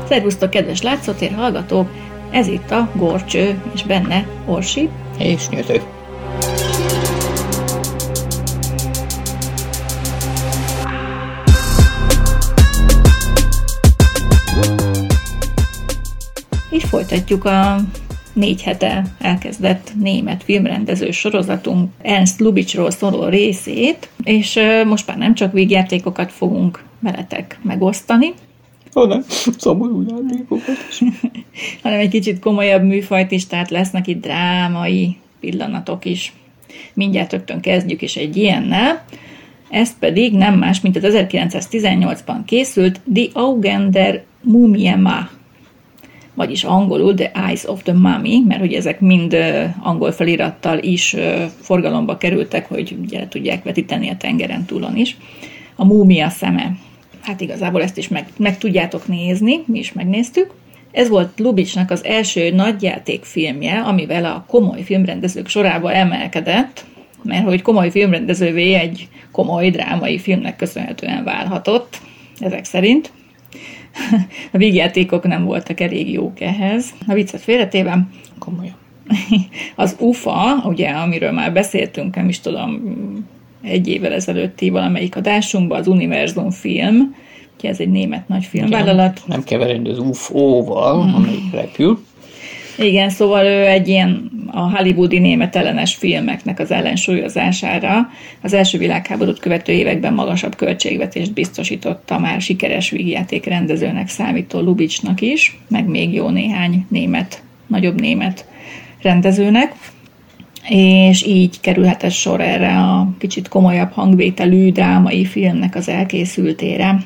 Szervusztok, kedves látszótér hallgatók! Ez itt a Górcső, és benne Orsi és Nyötő. Így folytatjuk a 4 hete elkezdett német filmrendező sorozatunk Ernst Lubitschról szóló részét, és most már nem csak vígjátékokat fogunk veletek megosztani, hanem szomorú játékokat is. hanem egy kicsit komolyabb műfajt is, tehát lesznek itt drámai pillanatok is. Mindjárt rögtön kezdjük is egy ilyennel. Ez pedig nem más, mint az 1918-ban készült Die Augen der Mumie Ma, vagyis angolul The Eyes of the Mummy, mert hogy ezek mind angol felirattal is forgalomba kerültek, hogy ugye tudják vetíteni a tengeren túlon is. A múmia szeme. Hát igazából ezt is meg tudjátok nézni, mi is megnéztük. Ez volt Lubitschnak az első nagyjátékfilmje, amivel a komoly filmrendezők sorába emelkedett, mert hogy komoly filmrendezővé egy komoly drámai filmnek köszönhetően válhatott, ezek szerint. A vígjátékok nem voltak elég jók ehhez. A viccet félretéve, Komolyan. Az UFA, ugye, amiről már beszéltünk, nem is tudom, 1 évvel ezelőtti valamelyik adásunkban, az Univerzum film, ugye ez egy német nagy filmvállalat. Nem keverendő az UFO-val, amelyik repül. Igen, szóval ő egy ilyen a hollywoodi német ellenes filmeknek az ellensúlyozására az első világháborút követő években magasabb költségvetést biztosította már sikeres vígjáték rendezőnek számító Lubitschnak is, meg még jó néhány nagyobb német rendezőnek, és így kerülhetett sor erre a kicsit komolyabb hangvételű drámai filmnek az elkészültére.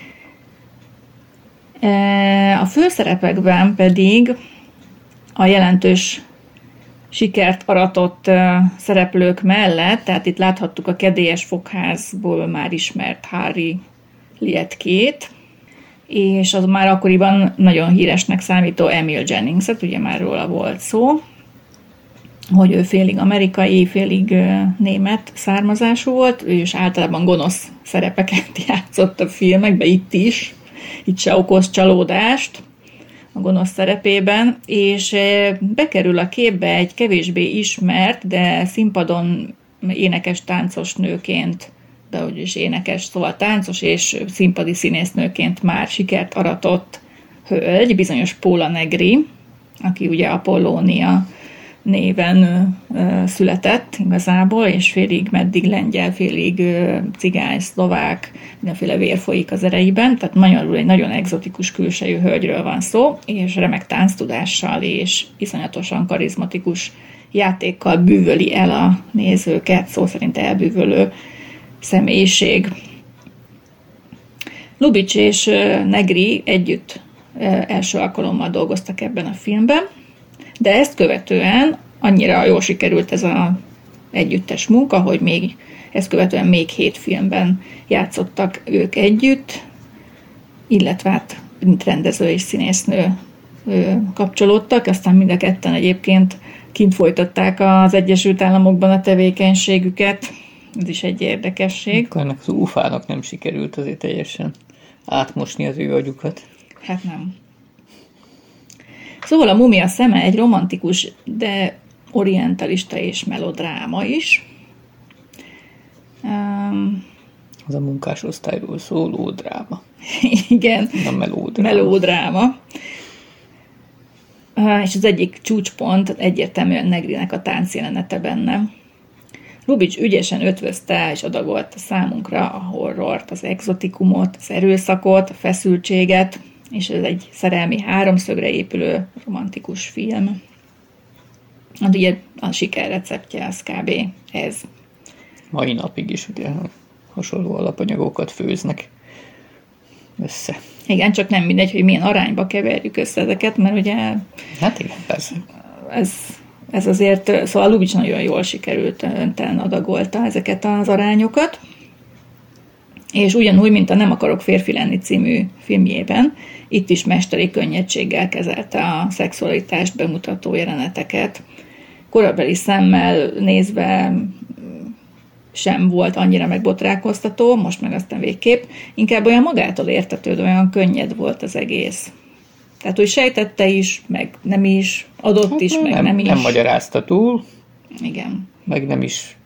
A főszerepekben pedig a jelentős sikert aratott szereplők mellett, tehát itt láthattuk a Kedélyes fogházból már ismert Harry Lietkét, és az már akkoriban nagyon híresnek számító Emil Jennings-et, ugye már róla volt szó, hogy ő félig amerikai, félig német származású volt, és általában gonosz szerepeket játszott a filmekben, itt se okoz csalódást a gonosz szerepében, és bekerül a képbe egy kevésbé ismert, de színpadon énekes táncos nőként, de úgyis énekes, szóval táncos és színpadi színésznőként már sikert aratott hölgy, bizonyos Paula Negri, aki ugye Apollónia néven született igazából, és félig meddig lengyel, félig cigány, szlovák, mindenféle vér folyik az ereiben, tehát magyarul egy nagyon egzotikus külsejű hölgyről van szó, és remek tánctudással és iszonyatosan karizmatikus játékkal bűvöli el a nézőket, szó szerint elbűvölő személyiség. Lubitsch és Negri együtt első alkalommal dolgoztak ebben a filmben, de ezt követően annyira jól sikerült ez az együttes munka, hogy ezt követően még 7 filmben játszottak ők együtt, illetve hát mint rendező és színésznő kapcsolódtak, aztán mind a ketten egyébként kint folytatták az Egyesült Államokban a tevékenységüket. Ez is egy érdekesség. Akkor ennek az UFA-nak nem sikerült azért teljesen átmosni az ő agyukat. Hát nem. Szóval a Mumia szeme egy romantikus, de orientalista és melodráma is. Az a munkásosztályról szóló dráma. Igen. A melodráma. Melodráma. És az egyik csúcspont egyértelműen Negrinek a táncjelenete benne. Lubitsch ügyesen ötvözte és adagolta számunkra a horrort, az exotikumot, az erőszakot, a feszültséget, és ez egy szerelmi háromszögre épülő romantikus film. Hát ugye a siker receptje az kb. Ez. Mai napig is ugye hasonló alapanyagokat főznek össze. Igen, csak nem mindegy, hogy milyen arányba keverjük össze ezeket, mert ugye... Hát igen, persze. Ez azért, szóval Lubitsch nagyon jól sikerült, öntelen adagolta ezeket az arányokat. És ugyanúgy, mint a Nem akarok férfi lenni című filmjében, itt is mesteri könnyedséggel kezelte a szexualitást bemutató jeleneteket. Korabeli szemmel nézve sem volt annyira megbotrákoztató, most meg aztán végképp, inkább olyan magától értetődő, olyan könnyed volt az egész. Tehát, hogy sejtette is, meg nem is, adott is, meg nem is. Nem magyarázta túl. Igen. Meg nem is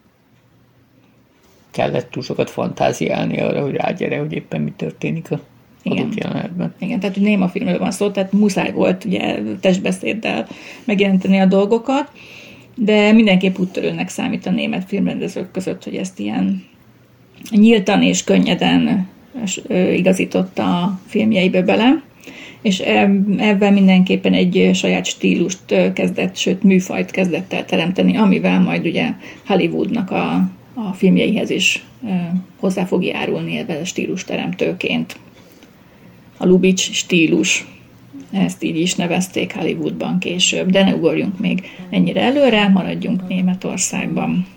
kellett túl sokat fantáziálni arra, hogy rágyere, hogy éppen mi történik a adott jelenetben. Igen, tehát hogy néma filmről van szó, tehát muszáj volt ugye testbeszéddel megjelenteni a dolgokat, de mindenképp úttörőnek számít a német filmrendezők között, hogy ezt ilyen nyíltan és könnyeden igazította a filmjeibe bele, és ebben mindenképpen egy saját stílust kezdett, sőt műfajt kezdett el teremteni, amivel majd ugye Hollywoodnak a filmjeihez is hozzá fog járulni ebben a stílus teremtőként. A Lubitsch stílus, ezt így is nevezték Hollywoodban később, de ne ugorjunk még ennyire előre, maradjunk Németországban.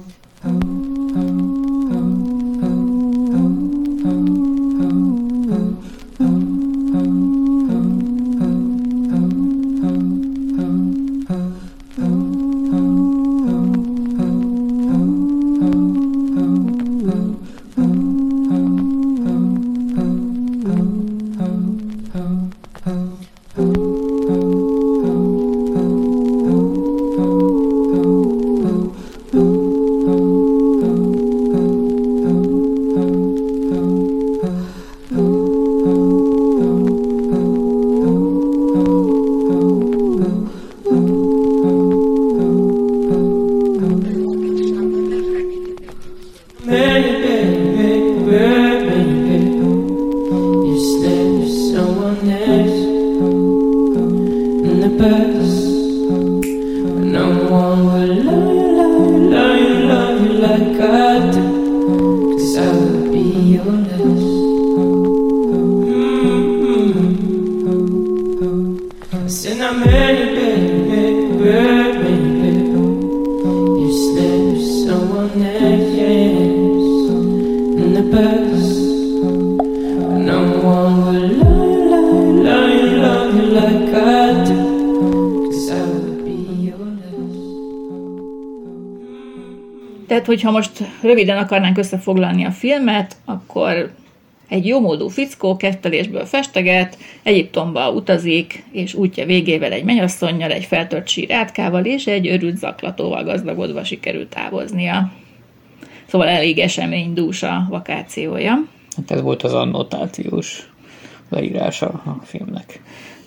Tehát, hogyha most röviden akarnánk összefoglalni a filmet, akkor egy jómódú fickó kettelésből festeget, Egyiptomba utazik, és útja végével egy mennyasszonnyal, egy feltört sírátkával és egy őrült zaklatóval gazdagodva sikerült távoznia. Szóval elég eseménydús a vakációja. Hát ez volt az annotációs leírása a filmnek.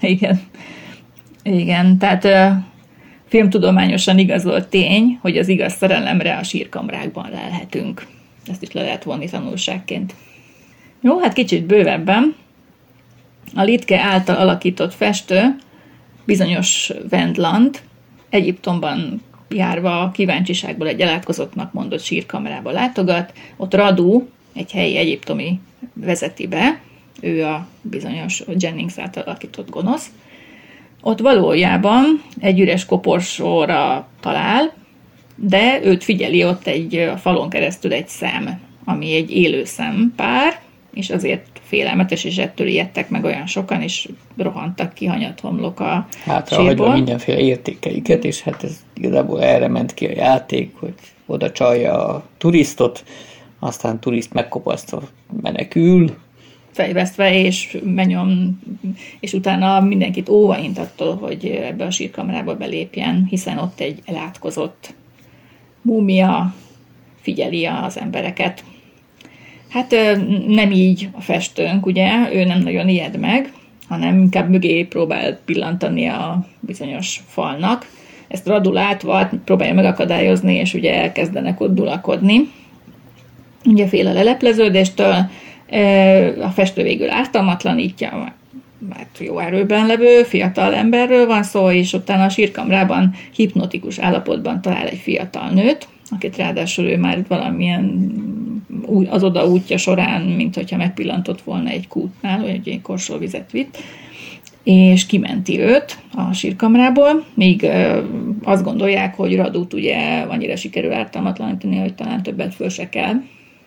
Igen, tehát filmtudományosan igazolt tény, hogy az igaz szerelemre a sírkamrákban lelhetünk. Ezt is le lehet vonni tanulságként. Jó, hát kicsit bővebben. A Liedtke által alakított festő, bizonyos Wendland, Egyiptomban járva kíváncsiságból egy elátkozottnak mondott sírkamrába látogat. Ott Radu, egy helyi egyiptomi vezeti be, ő a bizonyos Jennings által alakított gonosz. Ott valójában egy üres koporsóra talál, de őt figyeli ott a falon keresztül egy szem, ami egy élő szempár, és azért félelmetes, és ettől ijedtek meg olyan sokan, és rohantak ki hanyathomlok a hátra hagyva mindenféle értékeiket, és hát ez igazából erre ment ki a játék, hogy oda csalja a turistot, aztán turiszt megkopasztva menekül, fejvesztve, és menjom, és utána mindenkit óvaint attól, hogy ebbe a sírkamrába belépjen, hiszen ott egy elátkozott múmia figyeli az embereket. Hát nem így a festőnk, ugye, ő nem nagyon ijed meg, hanem inkább mögé próbál pillantani a bizonyos falnak. Ezt Radu látva próbálja megakadályozni, és ugye elkezdenek ott dulakodni. Ugye fél a lelepleződéstől, a festő végül ártalmatlanítja, mert jó erőben levő fiatal emberről van szó, és utána a sírkamrában hipnotikus állapotban talál egy fiatal nőt, akit ráadásul ő már valamilyen az oda útja során, mint hogyha megpillantott volna egy kútnál, vagy egy korsóvizet vitt, és kimenti őt a sírkamrából, míg azt gondolják, hogy Radut ugye annyira sikerül ártalmatlanítani, hogy talán többet föl se kell.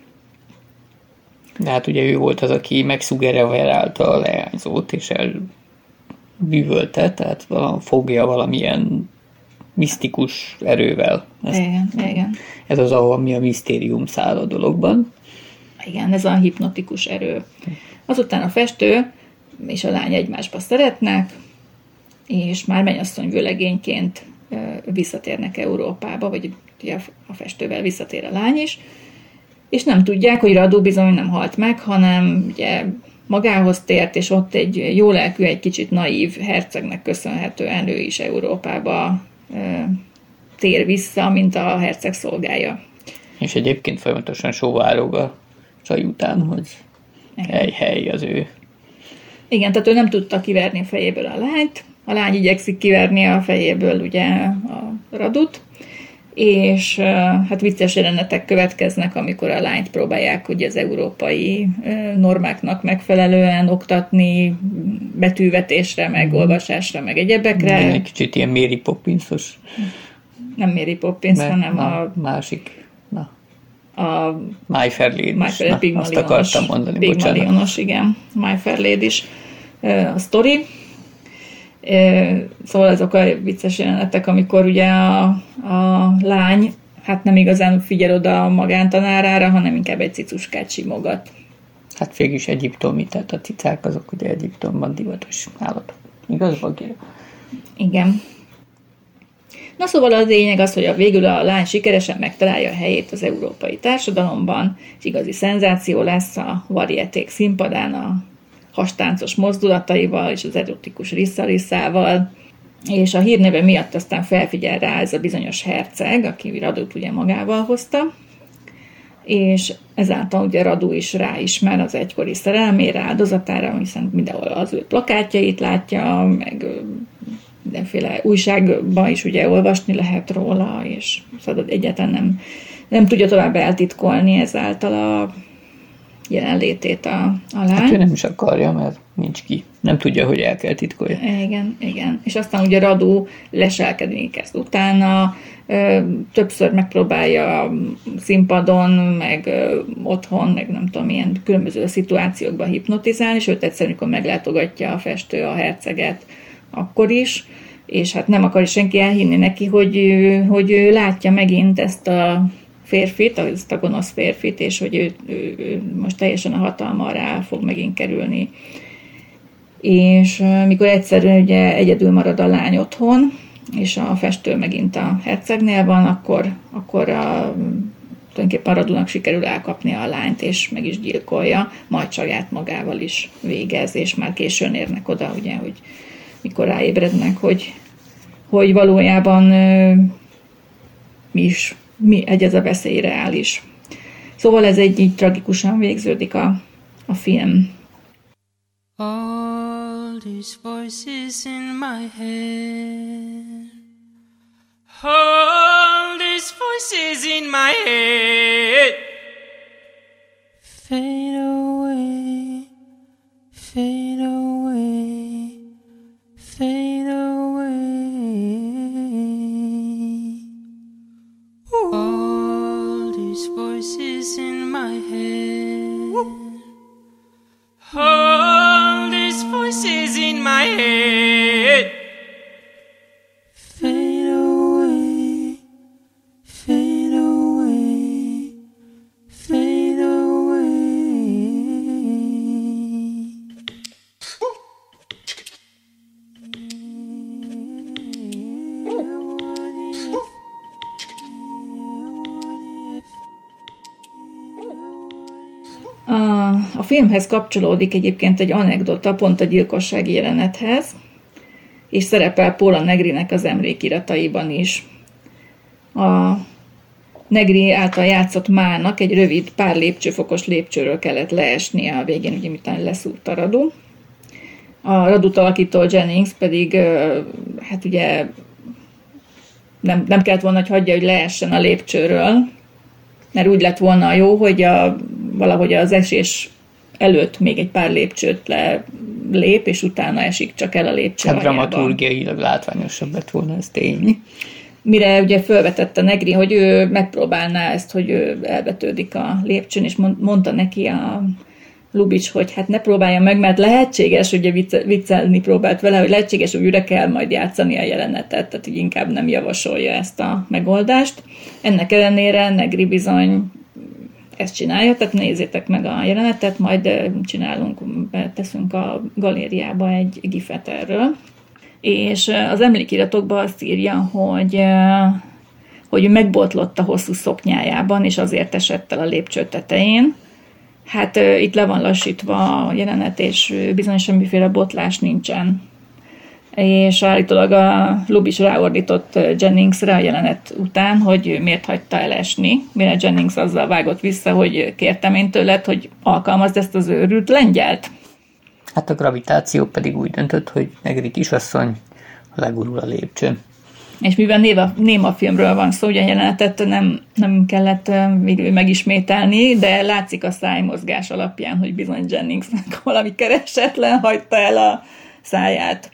De hát ugye ő volt az, aki megszuggerálta a leányzót, és elbűvölte, tehát fogja valamilyen misztikus erővel. Igen. Ez az, ami a misztérium száll a dologban. Igen, ez a hipnotikus erő. Azután a festő és a lány egymásba szeretnek, és már mennyasszony vőlegényként visszatérnek Európába, vagy ugye a festővel visszatér a lány is, és nem tudják, hogy Radu bizony nem halt meg, hanem ugye magához tért, és ott egy jólelkű, egy kicsit naív hercegnek köszönhetően ő is Európába tér vissza, mint a herceg szolgája. És egyébként folyamatosan sóvárog a csaj után, hogy hely az ő. Igen, tehát ő nem tudta kiverni a fejéből a lányt, a lány igyekszik kiverni a fejéből ugye a Radut, és hát vicces jelenetek következnek, amikor a lányt próbálják ugye az európai normáknak megfelelően oktatni, betűvetésre, meg olvasásra, meg egyebekre. Egy kicsit ilyen Mary Poppinsos. Nem Mary Poppins, hanem a másik. A My Fair Lady. Azt akartam mondani, Pygmalionos, igen. My Fair Lady is a sztori. Szóval azok a vicces jelenetek, amikor ugye a lány hát nem igazán figyel oda a magántanárára, hanem inkább egy cicuskát simogat. Hát végül is egyiptomi, tehát a cicák azok ugye Egyiptomban divatos állatok. Igaz, Bagéra? Igen. Na szóval az lényeg az, hogy végül a lány sikeresen megtalálja a helyét az európai társadalomban, és igazi szenzáció lesz a varieték színpadán a hastáncos mozdulataival és az erotikus risszarisszával, és a hírneve miatt aztán felfigyel rá ez a bizonyos herceg, aki Radut ugye magával hozta, és ezáltal ugye Radu is ráismer az egykori szerelmére, áldozatára, hiszen mindenhol az ő plakátjait látja, meg mindenféle újságban is ugye olvasni lehet róla, és szóval egyáltalán nem tudja tovább eltitkolni ezáltal a jelenlétét a lány. Hát ő nem is akarja, mert nincs ki. Nem tudja, hogy el kell titkolja. Igen. És aztán ugye Radu leselkedni kezd utána, többször megpróbálja színpadon, meg otthon, meg nem tudom, milyen különböző szituációkban hipnotizálni, sőt egyszer, amikor meglátogatja a festő a herceget, akkor is, és hát nem akar senki elhinni neki, hogy ő látja megint ezt a férfit, ezt a gonosz férfit, és hogy ő most teljesen a hatalma alá fog megint kerülni. És mikor egyszerűen ugye egyedül marad a lány otthon, és a festő megint a hercegnél van, akkor tulajdonképpen Radunak sikerül elkapni a lányt, és meg is gyilkolja, majd saját magával is végez, és már későn érnek oda, ugye, hogy mikor ráébrednek, hogy valójában mi ez a veszély reális. Szóval ez így tragikusan végződik a film. All these voices in my head, all these voices in my head, fade away, fade away, fade away. All these voices in my head, all these voices in my head, fade away, fade away, fade away. A filmhez kapcsolódik egyébként egy anekdota pont a gyilkossági jelenethez, és szerepel Paula Negrinek az emlékirataiban is. A Negri által játszott Mának egy rövid, pár lépcsőfokos lépcsőről kellett leesnie a végén, ugye miután leszúrt a Radu. A Radut alakító Jennings pedig hát ugye nem kellett volna, hogy hagyja, hogy leessen a lépcsőről, mert úgy lett volna jó, hogy valahogy az esés előtt még egy pár lépcsőt lép, és utána esik csak el a lépcső aljában. Dramaturgiailag látványosabb lett volna, ez tény. Mire ugye felvetette Negri, hogy ő megpróbálná ezt, hogy ő elvetődik a lépcsőn, és mondta neki a Lubitsch, hogy hát ne próbálja meg, mert lehetséges, ugye viccelni próbált vele, hogy lehetséges, hogy újra kell majd játszani a jelenetet, tehát így inkább nem javasolja ezt a megoldást. Ennek ellenére Negri bizony ezt csinálja, tehát nézzétek meg a jelenetet, majd teszünk a galériába egy gifet erről. És az emlékiratokban azt írja, hogy megbotlott a hosszú szoknyájában, és azért esett el a lépcső tetején. Hát itt le van lassítva a jelenet, és bizony semmiféle botlás nincsen. És állítólag a Lubitsch ráordított Jenningsre a jelenet után, hogy miért hagyta elesni, mire Jennings azzal vágott vissza, hogy kértem én tőled, hogy alkalmazd ezt az őrült lengyelt. Hát a gravitáció pedig úgy döntött, hogy Negri kisasszony legurul a lépcsőn. És mivel néma filmről van szó, ugye a jelenetet nem kellett megismételni, de látszik a szájmozgás alapján, hogy bizony Jenningsnek valami keresetlen hagyta el a száját.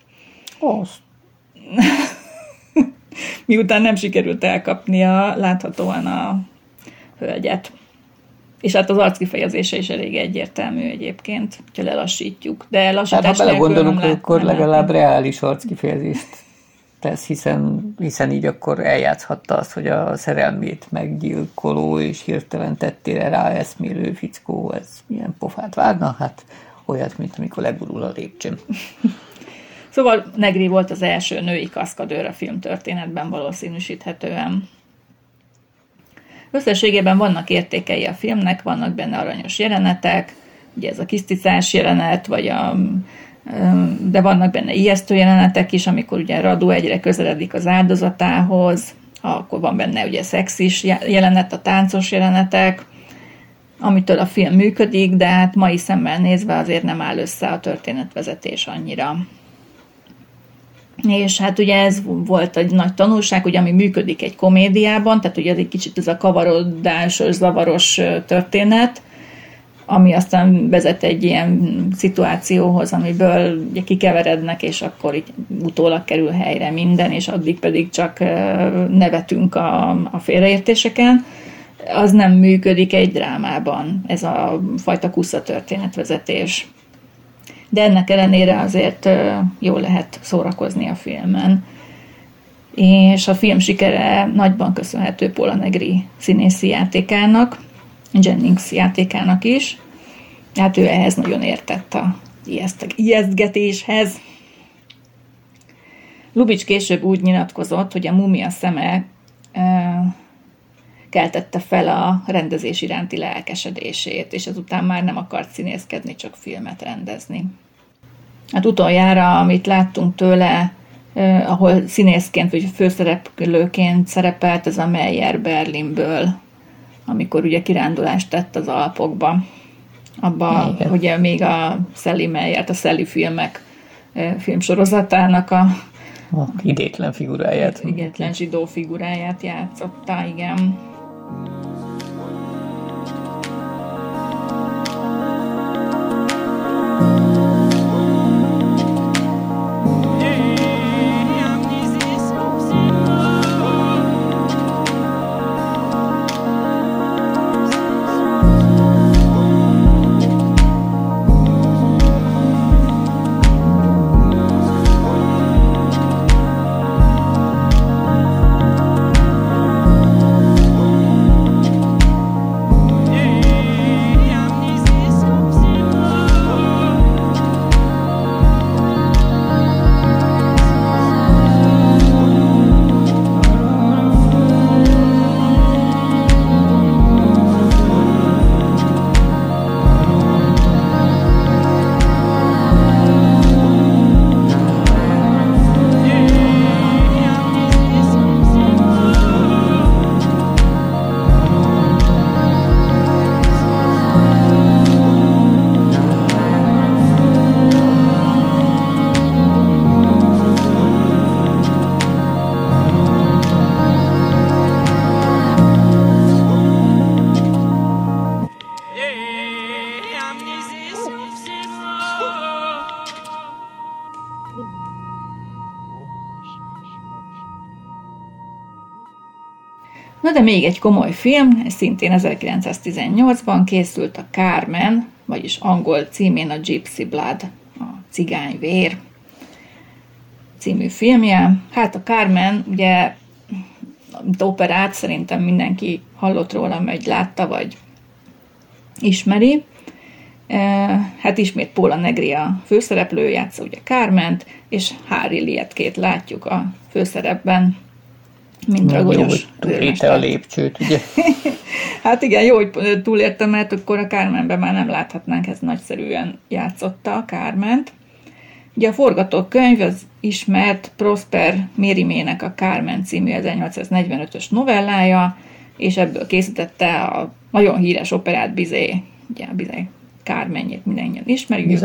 Miután nem sikerült elkapnia láthatóan a hölgyet. És hát az arckifejezése is elég egyértelmű egyébként, hogyha lelassítjuk. De lassítás hát ha belegondolunk, akkor legalább látni. reális arckifejezést tesz, hiszen így akkor eljátszhatta azt, hogy a szerelmét meggyilkoló és hirtelen tettére ráeszmélő fickó, ez milyen pofát vágna, hát olyat, mint amikor legurul a lépcsőn. Szóval Negri volt az első női kaszkadőr a filmtörténetben valószínűsíthetően. Összességében vannak értékei a filmnek, vannak benne aranyos jelenetek, ugye ez a kiszticás jelenet, de vannak benne ijesztő jelenetek is, amikor ugye Radu egyre közeledik az áldozatához, akkor van benne ugye szexis jelenet, a táncos jelenetek, amitől a film működik, de hát mai szemmel nézve azért nem áll össze a történetvezetés annyira. És hát ugye ez volt egy nagy tanulság, ugye, ami működik egy komédiában, tehát ugye ez egy kicsit ez a kavarodásos, zavaros történet, ami aztán vezet egy ilyen szituációhoz, amiből ugye kikeverednek, és akkor így utólag kerül helyre minden, és addig pedig csak nevetünk a félreértéseken. Az nem működik egy drámában, ez a fajta kusza történetvezetés. De ennek ellenére azért jól lehet szórakozni a filmen. És a film sikere nagyban köszönhető Paula Negri színészi játékának, Jennings játékának is. Hát ő ehhez nagyon értett a ijesztgetéshez. Lubitsch később úgy nyilatkozott, hogy a Mumia szeme keltette fel a rendezés iránti lelkesedését, és ezután már nem akart színészkedni, csak filmet rendezni. Hát utoljára, amit láttunk tőle, ahol színészként vagy főszereplőként szerepelt, ez a Meyer Berlinből, amikor ugye kirándulást tett az Alpokba. Abba ugye még a Sally Meyert, a Sally filmek filmsorozatának a idétlen figuráját. Idétlen zsidó figuráját játszotta, igen. Na de még egy komoly film, ez szintén 1918-ban készült, a Carmen, vagyis angol címén a Gypsy Blood, a Cigányvér című filmje. Hát a Carmen, ugye, mint operát szerintem mindenki hallott róla, vagy látta, vagy ismeri. Hát ismét Paula Negri a főszereplő, játsza ugye Carment, és Harry Lietkét látjuk a főszerepben, mint dragonyos túlélte a lépcsőt, ugye? Hát igen, jó, hogy túlértem, mert akkor a Carmenben már nem láthatnánk, ez nagyszerűen játszotta a Carment. Ugye a forgatókönyv az ismert Prosper Mérimée-nek a Carmen című 1845-ös novellája, és ebből készítette a nagyon híres operát Bizet, ugye a Bizet Carmenjét mindannyian ismerjük.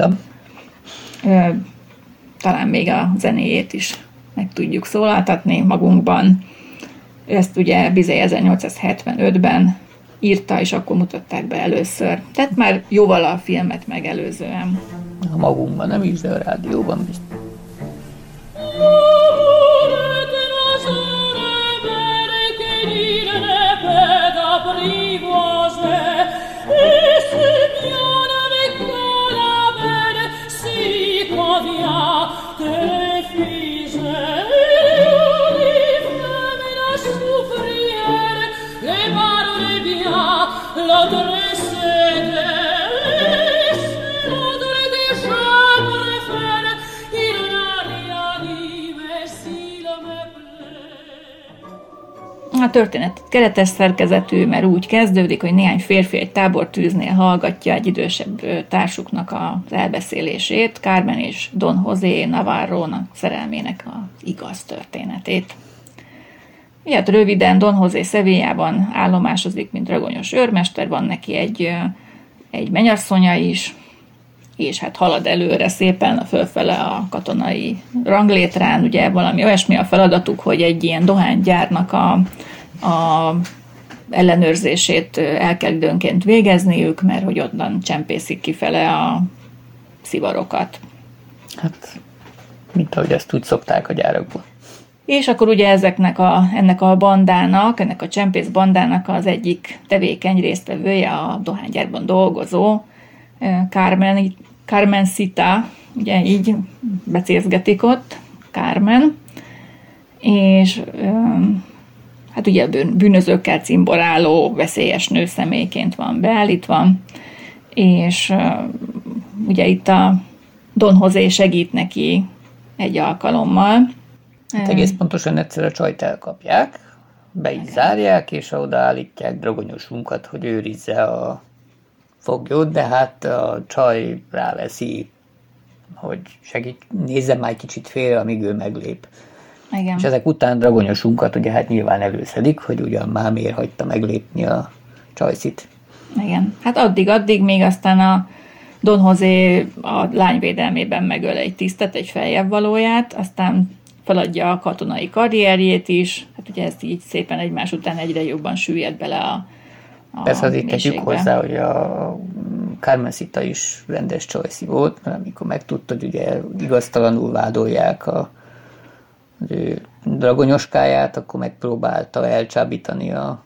Talán még a zenéjét is meg tudjuk szólaltatni magunkban. Ezt ugye Bizet 1875-ben írta, és akkor mutatták be először. Tehát már jóval a filmet megelőzően. A magunkban nem is, de a rádióban biztos. A történet keretes szerkezetű, mert úgy kezdődik, hogy néhány férfi egy tábortűznél hallgatja egy idősebb társuknak az elbeszélését, Carmen és Don José Navarro-nak szerelmének az igaz történetét. Ilyet röviden, Don José Sevillában állomásozik, mint dragonyos őrmester, van neki egy mennyasszonya is, és hát halad előre szépen fölfele a katonai ranglétrán, ugye valami olyasmi a feladatuk, hogy egy ilyen dohánygyárnak a ellenőrzését el kell időnként végezniük, mert hogy onnan csempészik kifele a szivarokat. Hát, mint ahogy ezt úgy szokták a gyárakból. És akkor ugye ennek a bandának, ennek a csempész bandának az egyik tevékeny résztvevője, a dohánygyárban dolgozó Carmencita, ugye így becézgetik ott, Carmen, és hát ugye bűnözőkkel cimboráló, veszélyes nőszemélyként van beállítva, és ugye itt a Don José segít neki egy alkalommal. Hát egész pontosan egyszer a csajt elkapják, be is zárják, és odaállítják dragonyosunkat, hogy őrizze a foglyot, de hát a csaj ráveszi, hogy nézzen már egy kicsit félre, amíg ő meglép. Igen. És ezek után dragonyosunkat ugye hát nyilván előszedik, hogy ugyan már miért hagyta meglépni a csajszit. Igen. Hát addig, még aztán a Don José a lány védelmében megöl egy tisztet, egy feljebb valóját, aztán feladja a katonai karrierjét is, hát ugye ez így szépen egymás után egyre jobban süllyed bele a persze azért tegyük hozzá, hogy a Carmencita is rendes csajszi volt, mert amikor megtudta, hogy ugye igaztalanul vádolják az ő dragonyoskáját, akkor megpróbálta elcsábítani a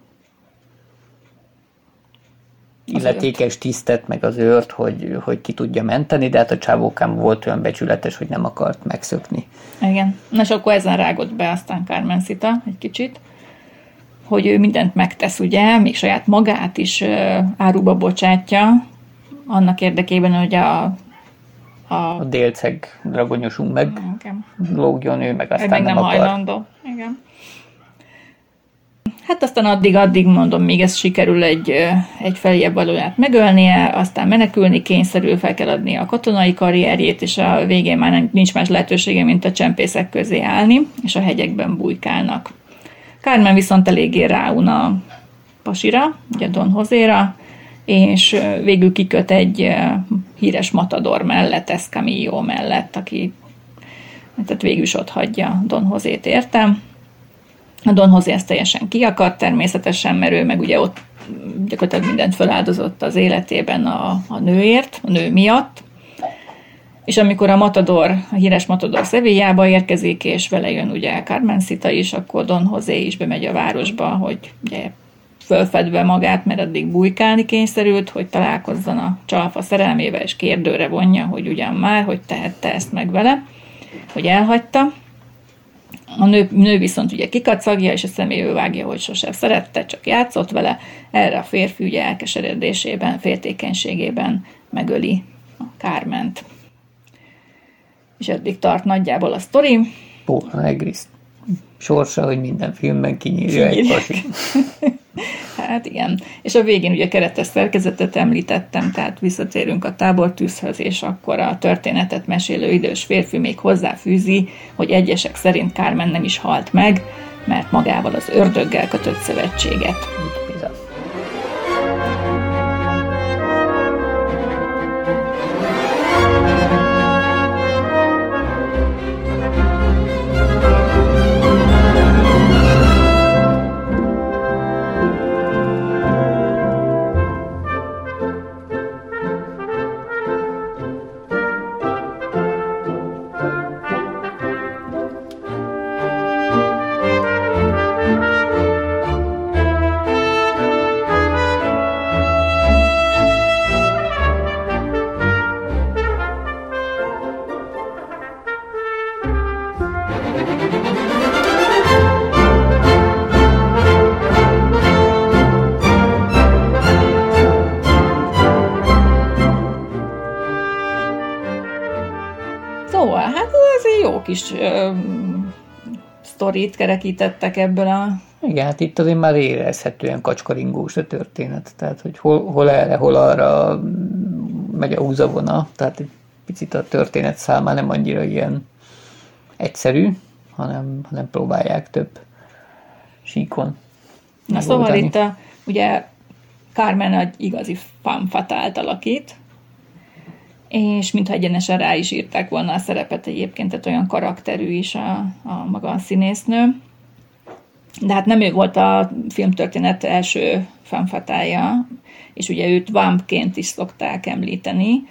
illetékes tisztet, meg az őrt, hogy ki tudja menteni, de hát a csávókám volt olyan becsületes, hogy nem akart megszökni. Igen. Na és akkor ezen rágott be aztán Carmencita egy kicsit, hogy ő mindent megtesz, ugye, még saját magát is áruba bocsátja, annak érdekében, hogy a délceg dragonyosunk meg lógjon, ő meg aztán meg nem akar. Hajlandó. Igen. Hát aztán addig mondom, még ez sikerül egy feljebb valóját megölnie, aztán menekülni kényszerül, fel kell adni a katonai karrierjét, és a végén már nincs más lehetősége, mint a csempészek közé állni, és a hegyekben bujkálnak. Carmen viszont eléggé ráun a pasira, ugye Don Joséra, és végül kiköt egy híres matador mellett, Escamillo mellett, aki tehát végül is ott hagyja Don Josét értem. A Don José ezt teljesen kiakadt természetesen, mert ő meg ugye ott gyakorlatilag mindent feláldozott az életében a nőért, a nő miatt. És amikor a híres matador Sevillába érkezik, és vele jön ugye Carmencita is, akkor Don José is bemegy a városba, hogy ugye fölfedve magát, mert addig bujkálni kényszerült, hogy találkozzon a csalfa szerelmével, és kérdőre vonja, hogy ugyan már, hogy tehette ezt meg vele, hogy elhagyta. A nő viszont ugye kikacagja, és a személybe vágja, hogy sosem szerette, csak játszott vele. Erre a férfi ugye elkeseredésében, féltékenységében megöli a Carment. És eddig tart nagyjából a sztori. Paula Negri sorsa, hogy minden filmben kinyírja egy pasi. Hát igen. És a végén ugye keretes szerkezetet említettem, tehát visszatérünk a tábortűzhöz, és akkor a történetet mesélő idős férfi még hozzáfűzi, hogy egyesek szerint Carmen nem is halt meg, mert magával az ördöggel kötött szövetséget. Kis sztorit kerekítettek ebből a... Igen, hát itt azért már érezhetően kacskaringós a történet, tehát hogy hol erre, hol arra megy a húzavona, tehát egy picit a történet száma nem annyira ilyen egyszerű, hanem próbálják több síkon megoldani. Szóval itt ugye Carmen egy igazi femme fatale-t alakít, és mintha egyenesen rá is írták volna a szerepet egyébként, tehát olyan karakterű is a maga a színésznő. De hát nem ő volt a filmtörténet első femme fatale-ja, és ugye őt vampként is szokták említeni.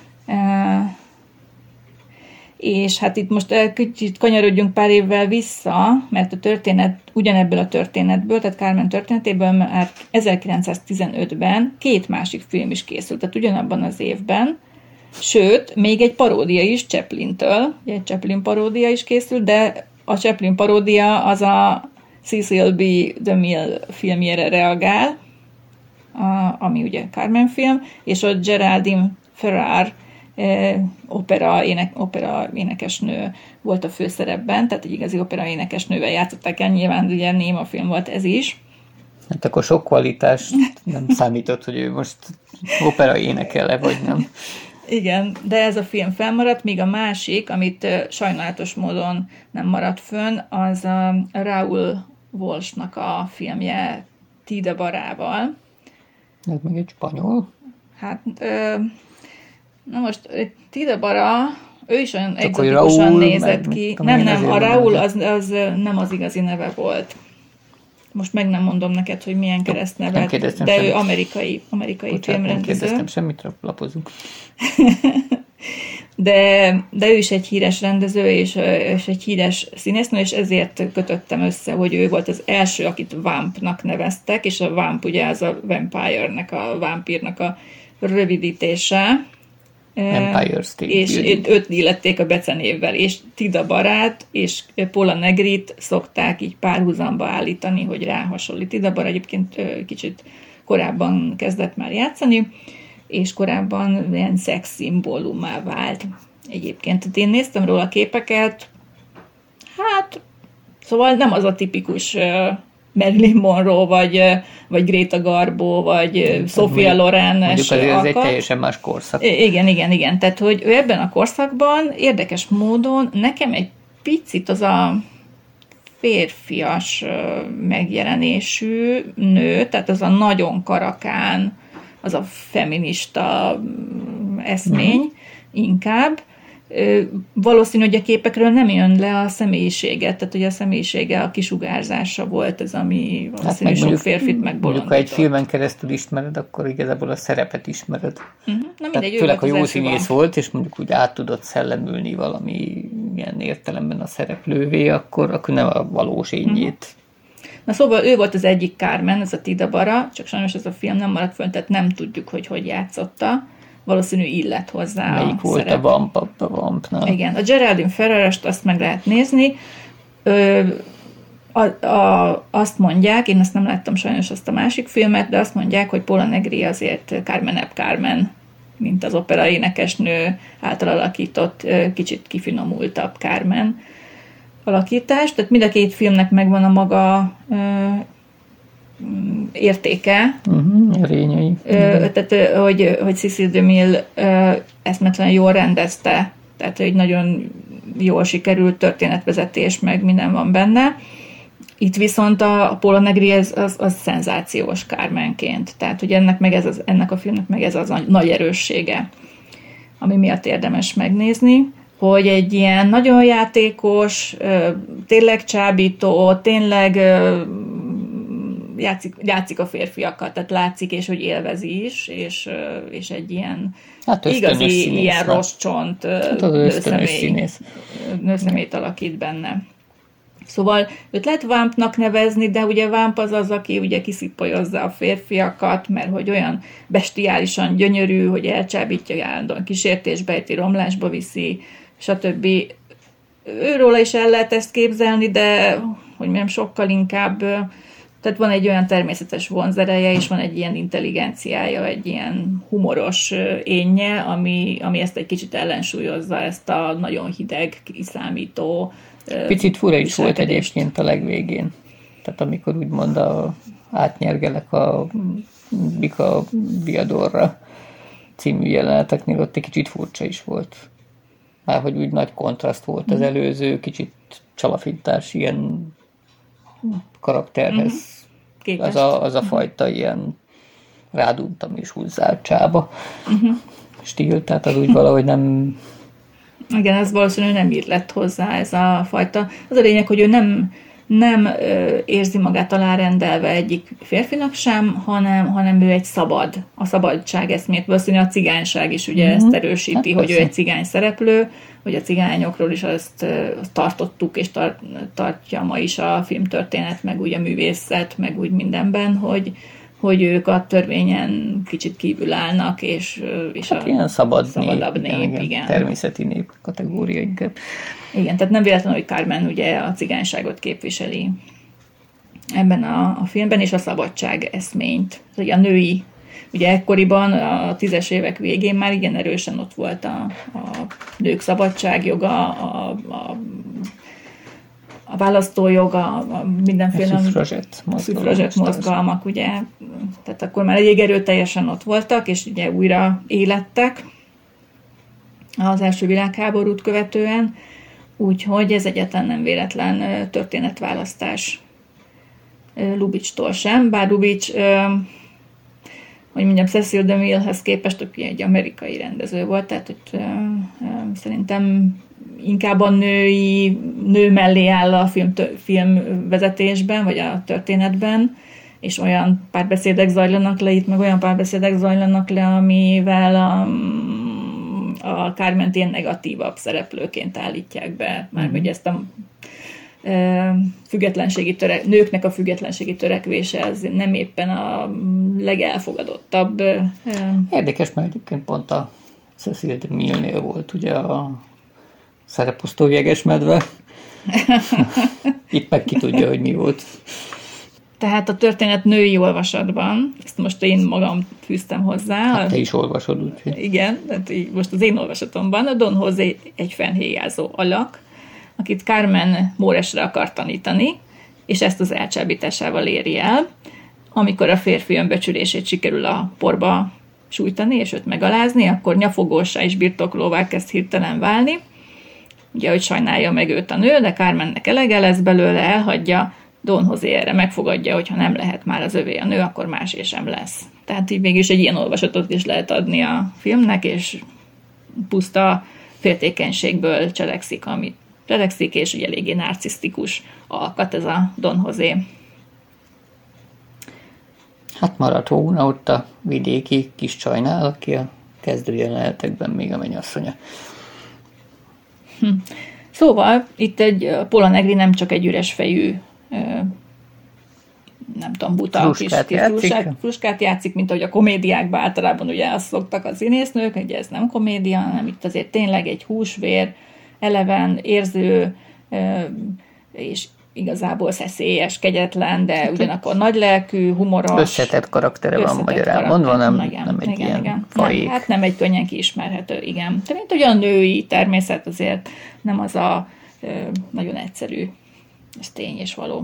És hát itt most kicsit kanyarodjunk pár évvel vissza, mert a történet ugyanebből a történetből, tehát Carmen történetéből már 1915-ben 2 másik film is készült, tehát ugyanabban az évben. Sőt, még egy paródia is Chaplintől, egy Chaplin paródia is készült, de a Chaplin paródia az a Cecil B. DeMille filmjére reagál, ami ugye Carmen film, és ott Geraldine Ferrar opera énekesnő volt a főszerepben, tehát egy igazi opera énekesnővel játszották el, nyilván ugye néma film volt ez is. Hát akkor sok kvalitás nem számított, hogy ő most opera énekel-e, vagy nem. Igen, de ez a film felmaradt, míg a másik, amit sajnálatos módon nem maradt fönn, az a Raoul Walsh-nak a filmje Tide Barával. Ez meg egy spanyol? Hát, na most Tide Bara, ő is olyan egzotikusan nézett ki. Nem, a Raoul az nem az igazi neve volt. Most meg nem mondom neked, hogy milyen keresztnevet, de semmit. Ő amerikai filmrendező. Nem kérdeztem semmit, lapozunk. de ő is egy híres rendező, és egy híres színésznő, és ezért kötöttem össze, hogy ő volt az első, akit Vampnak neveztek, és a Vamp ugye az a vampire-nek, a vámpírnak a rövidítése. Empire State és őt illették a becenévvel, és Tida Barát és Paula Negrit szokták így párhuzamba állítani, hogy rá hasonlít. Tida Bara egyébként kicsit korábban kezdett már játszani, és korábban ilyen szexszimbólumá vált egyébként. Én néztem róla képeket, hát szóval nem az a tipikus Marilyn Monroe, vagy Greta Garbo, vagy Sophia Loren-es mondjuk azért ez egy teljesen más korszak. Igen. Tehát, hogy ő ebben a korszakban érdekes módon nekem egy picit az a férfias megjelenésű nő, tehát az a nagyon karakán, az a feminista eszmény inkább. Valószínű, hogy a képekről nem jön le a személyiséget, tehát hogy a személyisége a kisugárzása volt ez, ami valószínű sok férfit megbolondított. Mondjuk, ha egy filmen keresztül ismered, akkor igazából a szerepet ismered. Na mindegy, főleg, ha jó színész volt, és mondjuk úgy át tudott szellemülni valami ilyen értelemben a szereplővé, akkor nem a valós énjét. Na szóval ő volt az egyik Carmen, ez a Tida Bara, csak sajnos ez a film nem maradt fönn, tehát nem tudjuk, hogy játszotta. Valószínű illett hozzá. Melyik volt szerep. A Vampnál? Igen, a Geraldine Ferrarast azt meg lehet nézni. azt mondják, én ezt nem láttam sajnos azt a másik filmet, de azt mondják, hogy Paula Negri azért Carmen Carmen, mint az opera énekesnő által alakított, kicsit kifinomultabb Carmen alakítás. Tehát mind a két filmnek megvan a maga értéke. Rényei. Tehát, hogy Cecil DeMille eszmetlenül jól rendezte, tehát, hogy nagyon jól sikerült történetvezetés, meg minden van benne. Itt viszont a Paula Negri az szenzációs Carmenként. Tehát, hogy ennek a filmnek meg ez az nagy erőssége, ami miatt érdemes megnézni, hogy egy ilyen nagyon játékos, tényleg csábító, tényleg játszik a férfiakat, tehát látszik, és hogy élvezi is, és egy ilyen igazi, ilyen rossz csont nőszemélyt alakít benne. Szóval őt lehet vámpnak nevezni, de ugye vámp az, aki ugye kiszipolyozza a férfiakat, mert hogy olyan bestiálisan gyönyörű, hogy elcsábítja, állandóan kísértésbe ejti, romlásba viszi, stb. Őróla is el lehet ezt képzelni, de hogy mondjam, sokkal inkább, tehát van egy olyan természetes vonzereje, és van egy ilyen intelligenciája, egy ilyen humoros énje, ami ezt egy kicsit ellensúlyozza, ezt a nagyon hideg, kiszámító picit fura is volt egyébként a legvégén. Tehát amikor úgymond átnyergelek a Bika Viadorra című jeleneteknél, ott egy kicsit furcsa is volt. Már hogy úgy nagy kontraszt volt az előző, kicsit csalafintás ilyen karakterhez. Az a fajta ilyen ráduntam és húzzál csába stíl, tehát az úgy valahogy nem... Igen, ez valószínűleg nem ír lett hozzá ez a fajta. Az a lényeg, hogy ő nem érzi magát alárendelve egyik férfinak sem, hanem ő egy a szabadság eszmét. Valószínűleg a cigányság is ugye ezt erősíti, hogy ő egy cigány szereplő, hogy a cigányokról is azt tartottuk, és tartja ma is a filmtörténet, meg úgy a művészet, meg úgy mindenben, hogy ők a törvényen kicsit kívül állnak, és hát ilyen szabadabb nép, igen. Természeti nép kategória inkább. Igen, tehát nem véletlen, hogy Carmen ugye a cigányságot képviseli ebben a filmben, és a szabadság eszményt. Ugye a női, ugye ekkoriban, a 10-es évek végén már igen erősen ott volt a nők szabadságjoga, a választójoga, a mindenféle szüfrazsett mozgalmak, ugye, tehát akkor már elég erőteljesen ott voltak, és ugye újra élettek az első világháborút követően, úgyhogy ez egyáltalán nem véletlen történetválasztás Lubitsch-tól sem, bár Lubitsch, hogy mondjam, Cecil DeMillehez képest egy amerikai rendező volt, tehát hogy szerintem inkább a nő mellé áll a filmvezetésben, vagy a történetben, és olyan párbeszédek zajlanak le itt, meg olyan párbeszédek zajlanak le, amivel a Carment ilyen negatívabb szereplőként állítják be. Mármint ezt a nőknek a függetlenségi törekvése, ez nem éppen a legelfogadottabb. Érdekes, mert egyébként pont a Cecil DeMille-nél volt ugye a szereposztó jegesmedve. Itt meg ki tudja, hogy mi volt. Tehát a történet női olvasatban, ezt most én magam fűztem hozzá. Hát te is olvasod, úgyhogy. Igen, tehát most az én olvasatomban a Don José egy fennhéjázó alak, akit Carmen Móresre akar tanítani, és ezt az elcsábításával éri el, amikor a férfi önbecsülését sikerül a porba sújtani, és őt megalázni, akkor nyafogósá és birtoklóvá kezd hirtelen válni. Ugye, hogy sajnálja meg őt a nő, de Carmennek elege lesz belőle, elhagyja, Don José erre megfogadja, hogyha nem lehet már az övé a nő, akkor másé sem lesz. Tehát így mégis egy ilyen olvasatot is lehet adni a filmnek, és puszta féltékenységből cselekszik, amit cselekszik, és ugye eléggé narcisztikus alkat ez a Don José. Hát maradt volna ott a vidéki kis csajnál, aki a kezdőjelenetekben még a mennyasszonya. Szóval itt egy Paula Negri nem csak egy üres fejű, nem tudom, buta fruskát játszik, mint ahogy a komédiákban általában ugye azt szoktak a színésznők, hogy ez nem komédia, hanem itt azért tényleg egy húsvér, eleven, érző, és igazából szeszélyes, kegyetlen, de ugyanakkor nagylelkű, humoros. Összetett karaktere van magyarán mondva, nem egy ilyen faék. Hát nem egy könnyen kiismerhető, igen. De mint ugyan a női természet azért nem az a nagyon egyszerű, ez tény és való.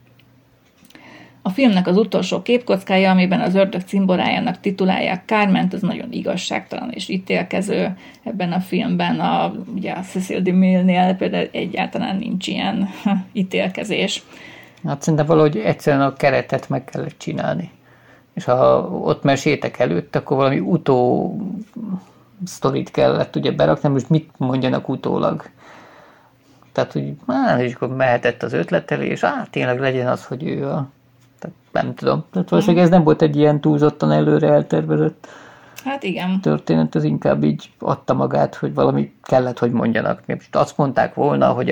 A filmnek az utolsó képkockája, amiben az ördög cimborájának titulálják Carment, az nagyon igazságtalan és ítélkező. Ebben a filmben ugye a Cecil DeMille-nél például egyáltalán nincs ilyen ítélkezés. Hát szerintem valahogy egyszerűen a keretet meg kellett csinálni. És ha ott mesétek előtt, akkor valami sztorit kellett ugye berakni, most mit mondjanak utólag. Tehát, hogy és akkor mehetett az ötletel, és tényleg legyen az, hogy ő tehát nem tudom. Tehát valószínűleg ez nem volt egy ilyen túlzottan előre eltervezett hát igen. történet, az inkább így adta magát, hogy valami kellett, hogy mondjanak. Most azt mondták volna, hogy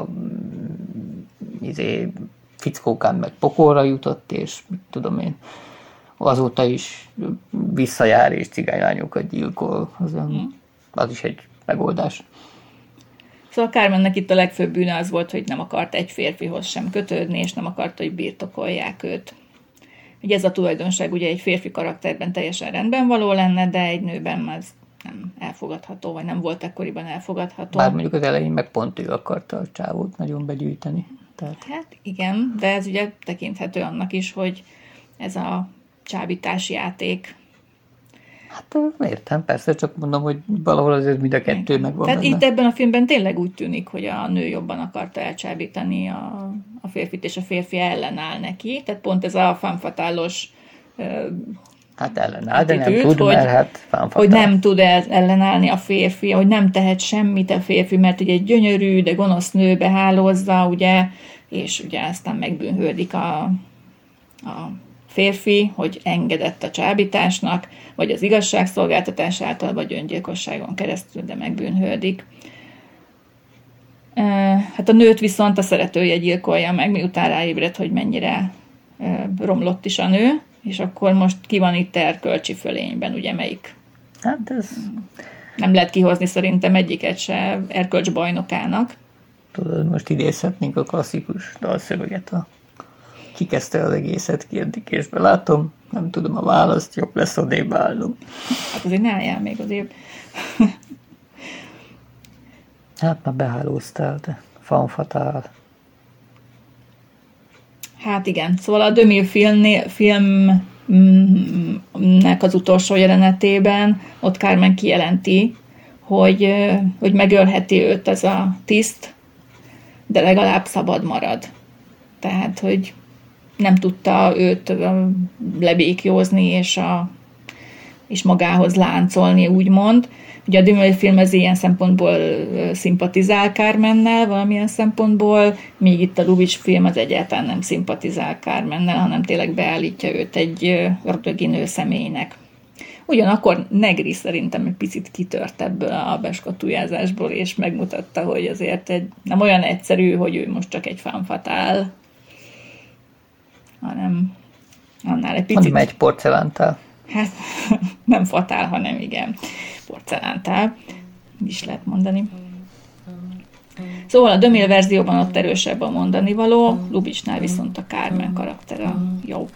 fickókán meg pokolra jutott, és mit tudom én, azóta is visszajár és cigánylányokat gyilkol. Az is egy megoldás. Szóval Carmennek itt a legfőbb bűne az volt, hogy nem akart egy férfihoz sem kötődni, és nem akarta, hogy birtokolják őt. Ugye ez a tulajdonság ugye egy férfi karakterben teljesen rendben való lenne, de egy nőben ez nem elfogadható, vagy nem volt ekkoriban elfogadható. Bár mondjuk az elején meg pont ő akarta a csávót nagyon begyűjteni. Tehát... Hát igen, de ez ugye tekinthető annak is, hogy ez a csábítás játék. Hát értem, persze, csak mondom, hogy valahol azért mind a kettő megvan. Tehát itt ebben a filmben tényleg úgy tűnik, hogy a nő jobban akarta elcsábítani a férfit, és a férfi ellenáll neki. Tehát pont ez a femme fatale-os hát ellenáll, de nem tud, mert hát femme fatale. Hogy nem tud ellenállni a férfi, hogy nem tehet semmit a férfi, mert ugye egy gyönyörű, de gonosz nőbe hálózza, ugye, és ugye aztán megbűnhődik a férfi, hogy engedett a csábításnak, vagy az igazságszolgáltatás által, vagy öngyilkosságon keresztül, de megbűnhődik. Hát a nőt viszont a szeretője gyilkolja meg, miután ráébred, hogy mennyire romlott is a nő, és akkor most ki van itt erkölcsi fölényben, ugye melyik? Hát ez... Nem lehet kihozni szerintem egyiket se erkölcsbajnokának. Tudod, most idézhetnénk a klasszikus dalszöveget, ki kezdte az egészet kérdikésbe. Látom, nem tudom a választ, jobb lesz odébb állnom. Hát azért ne álljál még odébb. Hát már behálóztál, de femme fatale. Hát igen, szóval a DeMille filmnek az utolsó jelenetében ott Carmen kijelenti, hogy megölheti őt ez a tiszt, de legalább szabad marad. Tehát, hogy nem tudta őt lebékjózni és magához láncolni, úgymond. Ugye a DeMille film az ilyen szempontból szimpatizál Carmennel valamilyen szempontból, míg itt a Lubitsch film az egyáltalán nem szimpatizál Carmennel, hanem tényleg beállítja őt egy ördögi nő személynek. Ugyanakkor Negri szerintem egy picit kitört ebből a beskatujázásból, és megmutatta, hogy azért nem olyan egyszerű, hogy ő most csak egy femme fatale, hanem annál egy picit... Mondom, egy porcelántál. Hát nem fatál, hanem igen, porcelántál, is lehet mondani. Szóval a DeMille verzióban ott erősebb a mondani való, Lubitschnál viszont a Carmen karakter a jó.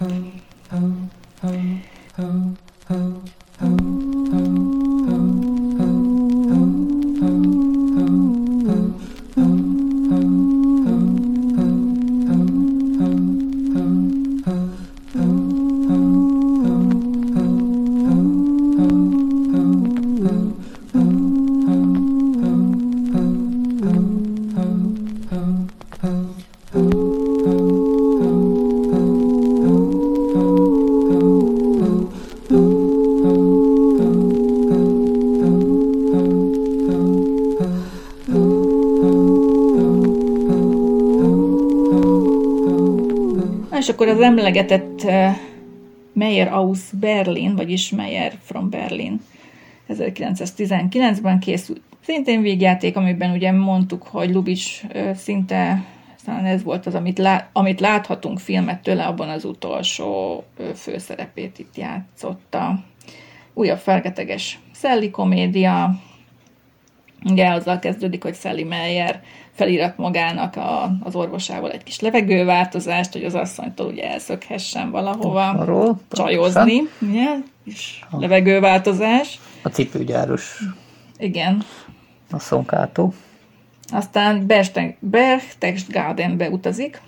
És akkor az emlegetett Meyer aus Berlin, vagyis Meyer from Berlin 1919-ben készült. Szintén végjáték, amiben ugye mondtuk, hogy Lubitsch szinte, talán ez volt az, amit láthatunk filmet tőle, abban az utolsó főszerepét itt játszotta. Újabb fergeteges szelli komédia, Ugye azzal kezdődik, hogy Sally Meyer felirat magának az orvosával egy kis levegőváltozást, hogy az asszonytól ugye elszökhessen valahova Arról, csajozni. Ugye? Kis levegőváltozás. A cipőgyáros Igen. asszonkátó. Aztán Berchtesgadenbe utazik.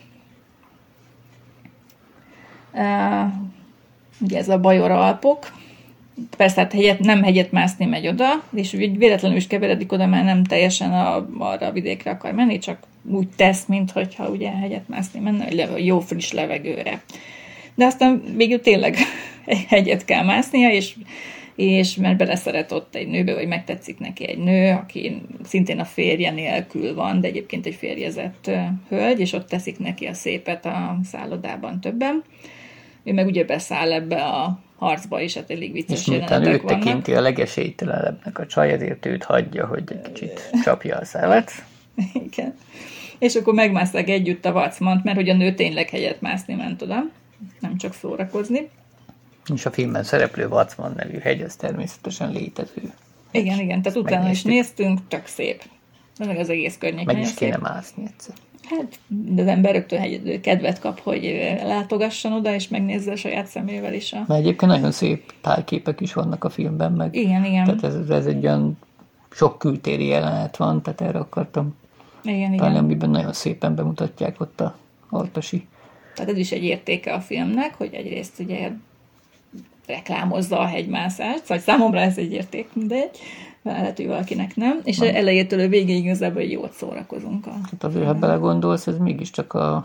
Ugye ez a Bajor Alpok. Persze hát nem hegyet mászni megy oda, és véletlenül is keveredik oda, mert nem teljesen arra a vidékre akar menni, csak úgy tesz, mintha ugye hegyet mászni menne, hogy jó friss levegőre. De aztán végül tényleg hegyet kell másznia, és mert beleszeret ott egy nőbe, vagy megtetszik neki egy nő, aki szintén a férje nélkül van, de egyébként egy férjezett hölgy, és ott teszik neki a szépet a szállodában többen. Ő meg ugye beszáll ebbe a harcba, és hát elég vicces jelenetek vannak. És miután őt tekinti a legesélytelenebbnek a csaj, ezért őt hagyja, hogy egy kicsit csapja a szemet. Igen. És akkor megmászták együtt a Vacmant, mert hogy a nő tényleg hegyet mászni ment oda, nem csak szórakozni. És a filmben szereplő Vacman nevű hegy, az természetesen létező. Igen, tehát utána is néztünk, tök szép. Meg az egész környék. Meg is kéne mászni egyszer. Hát, de az ember rögtön kedvet kap, hogy látogasson oda, és megnézze a saját szemével is. Mert egyébként nagyon szép tájképek is vannak a filmben, meg. Igen. Tehát ez egy olyan sok kültéri jelenet van, tehát erre akartam igen. amiben nagyon szépen bemutatják ott a Artasi. Tehát ez is egy értéke a filmnek, hogy egyrészt ugye reklámozza a hegymászást, szóval számomra ez egy érték, mindegy, lehet, hogy valakinek nem, és elejétől a végéig igazából jót szórakozunk. Hát azért, ha belegondolsz, ez mégiscsak a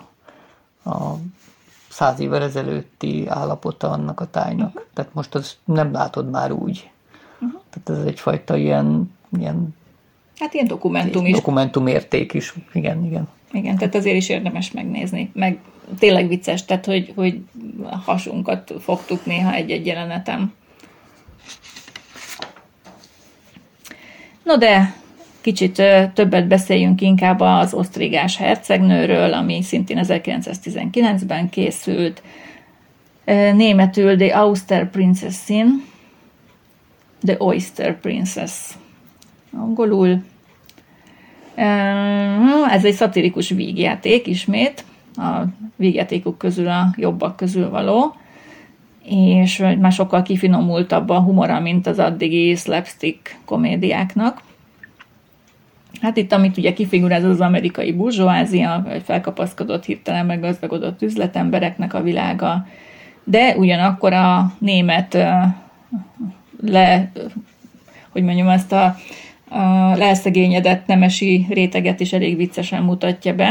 100 évvel ezelőtti állapota annak a tájnak. Tehát most az nem látod már úgy. Tehát ez egyfajta ilyen hát ilyen dokumentum is. Dokumentumérték is. Igen. Igen, tehát azért is érdemes megnézni. Meg tényleg vicces, tehát hogy a hasunkat fogtuk néha egy-egy jelenetem. No de kicsit többet beszéljünk inkább az osztrigás hercegnőről, ami szintén 1919-ben készült. Németül The Auster Prinzessin, The Oyster Princess. Angolul. Ez egy szatirikus vígjáték ismét, a vígjátékok közül a jobbak közül való, és már sokkal kifinomultabb a humora, mint az addigi slapstick komédiáknak. Hát itt, amit ugye kifiguráz az amerikai burzsóázia, vagy felkapaszkodott, hirtelen meggazdagodott üzletembereknek a világa, de ugyanakkor a német ezt a leelszegényedett nemesi réteget is elég viccesen mutatja be,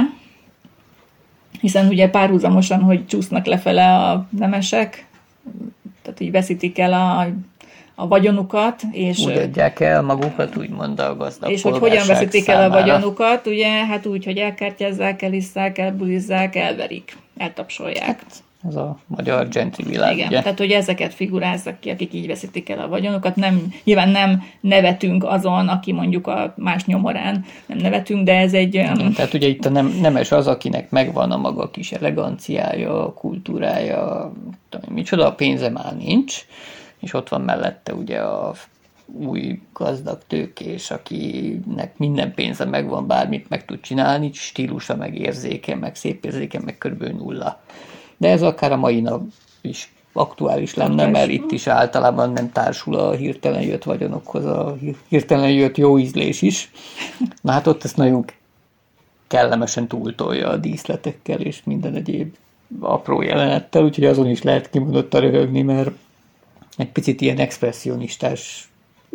hiszen ugye párhuzamosan, hogy csúsznak lefele a nemesek, tehát így veszítik el a vagyonukat, és úgy adják el magukat, úgymond a gazdag és hogy hogyan veszítik el a vagyonukat, ugye, hát úgy, hogy elkártyázzák, elisszák, elbulizzák, elverik, eltapsolják. Ez a magyar gentry világ, igen, ugye? tehát hogy ezeket figurázzak ki, akik így veszítik el a vagyonukat. Nyilván nem nevetünk azon, aki mondjuk a más nyomorán nem nevetünk, de ez egy olyan... Igen, tehát ugye itt a nemes az, akinek megvan a maga kis eleganciája, a kultúrája, micsoda, a pénze már nincs, és ott van mellette ugye a új gazdag tőkés, akinek minden pénze megvan, bármit meg tud csinálni, stílusa, meg érzéke, meg szép érzéke, meg körülbelül nulla. De ez akár a mai nap is aktuális lenne, mert itt is általában nem társul a hirtelen jött vagyonokhoz a hirtelen jött jó ízlés is. Na hát ott ezt nagyon kellemesen túltolja a díszletekkel és minden egyéb apró jelenettel, úgyhogy azon is lehet kimondottan röhögni, mert egy picit ilyen expresszionistás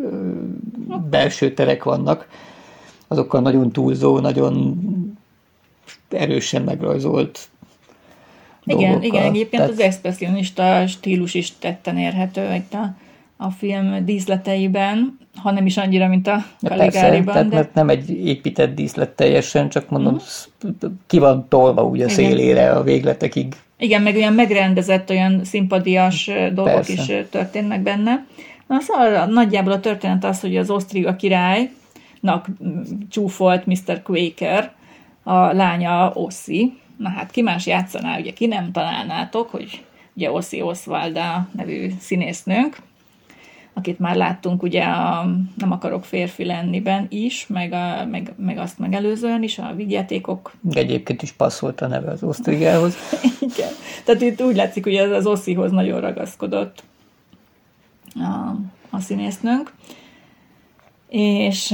belső terek vannak. Azokkal nagyon túlzó, nagyon erősen megrajzolt dolgokkal. Igen, egyébként az expresszionista stílus is tetten érhető itt a film díszleteiben, ha nem is annyira, mint a Caligariban. Persze, mert nem egy épített díszlet teljesen, csak mondom, ki van tolva úgy a szélére a végletekig. Igen, meg olyan megrendezett, olyan szimpadias dolgok is történnek benne. Na, szóval nagyjából a történet az, hogy az osztriga királynak csúfolt Mr. Quaker, a lánya Ossi. Na hát ki más játszaná, ugye ki nem találnátok, hogy ugye Ossi Oswalda nevű színésznőnk, akit már láttunk ugye a Nem akarok férfi lenniben is, meg azt megelőzően is, a vígjátékok. Egyébként is passzolt a neve az Osztrigához. Igen. Tehát itt úgy látszik, hogy az Osszihoz nagyon ragaszkodott a színésznőnk. És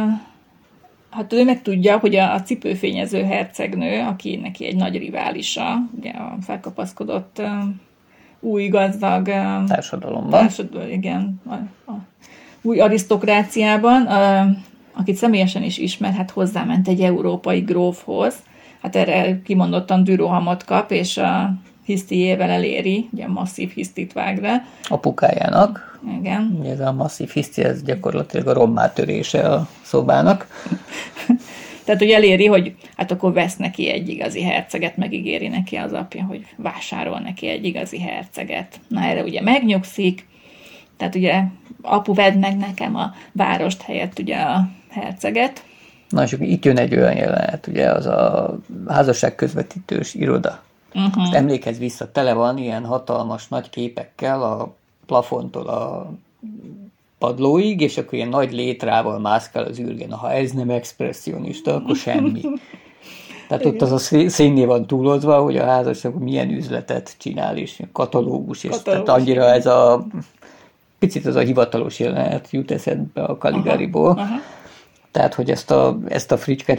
hát ő meg tudja, hogy a cipőfényező hercegnő, aki neki egy nagy riválisa, ugye a felkapaszkodott új gazdag társadalomban. Igen, a új arisztokráciában, akit személyesen is ismer, hát hozzáment egy európai grófhoz, hát erre kimondottan dürohamot kap, és a hisztiével eléri, ugye masszív hisztit vág le. Apukájának. Igen. Ez a masszív hiszti, ez gyakorlatilag a rommátörése a szobának. Tehát, hogy eléri, hogy hát akkor vesz neki egy igazi herceget, megígéri neki az apja, hogy vásárol neki egy igazi herceget. Na erre ugye megnyugszik, tehát ugye apu, vedd meg nekem a várost helyett ugye a herceget. Na és itt jön egy olyan jelenet, ugye az a házasságközvetítős iroda. Most emlékezz vissza, tele van ilyen hatalmas nagy képekkel a plafontól a padlóig, és akkor ilyen nagy létrával mászkál az űrgen. Ha ez nem expresszionista, akkor semmi. Tehát ott az a színné van túlozva, hogy a házasság milyen üzletet csinál, és katalógus, és tehát annyira ez a picit az a hivatalos jelenet jut eszedbe a Caligariból. Tehát, hogy ezt a fricskát,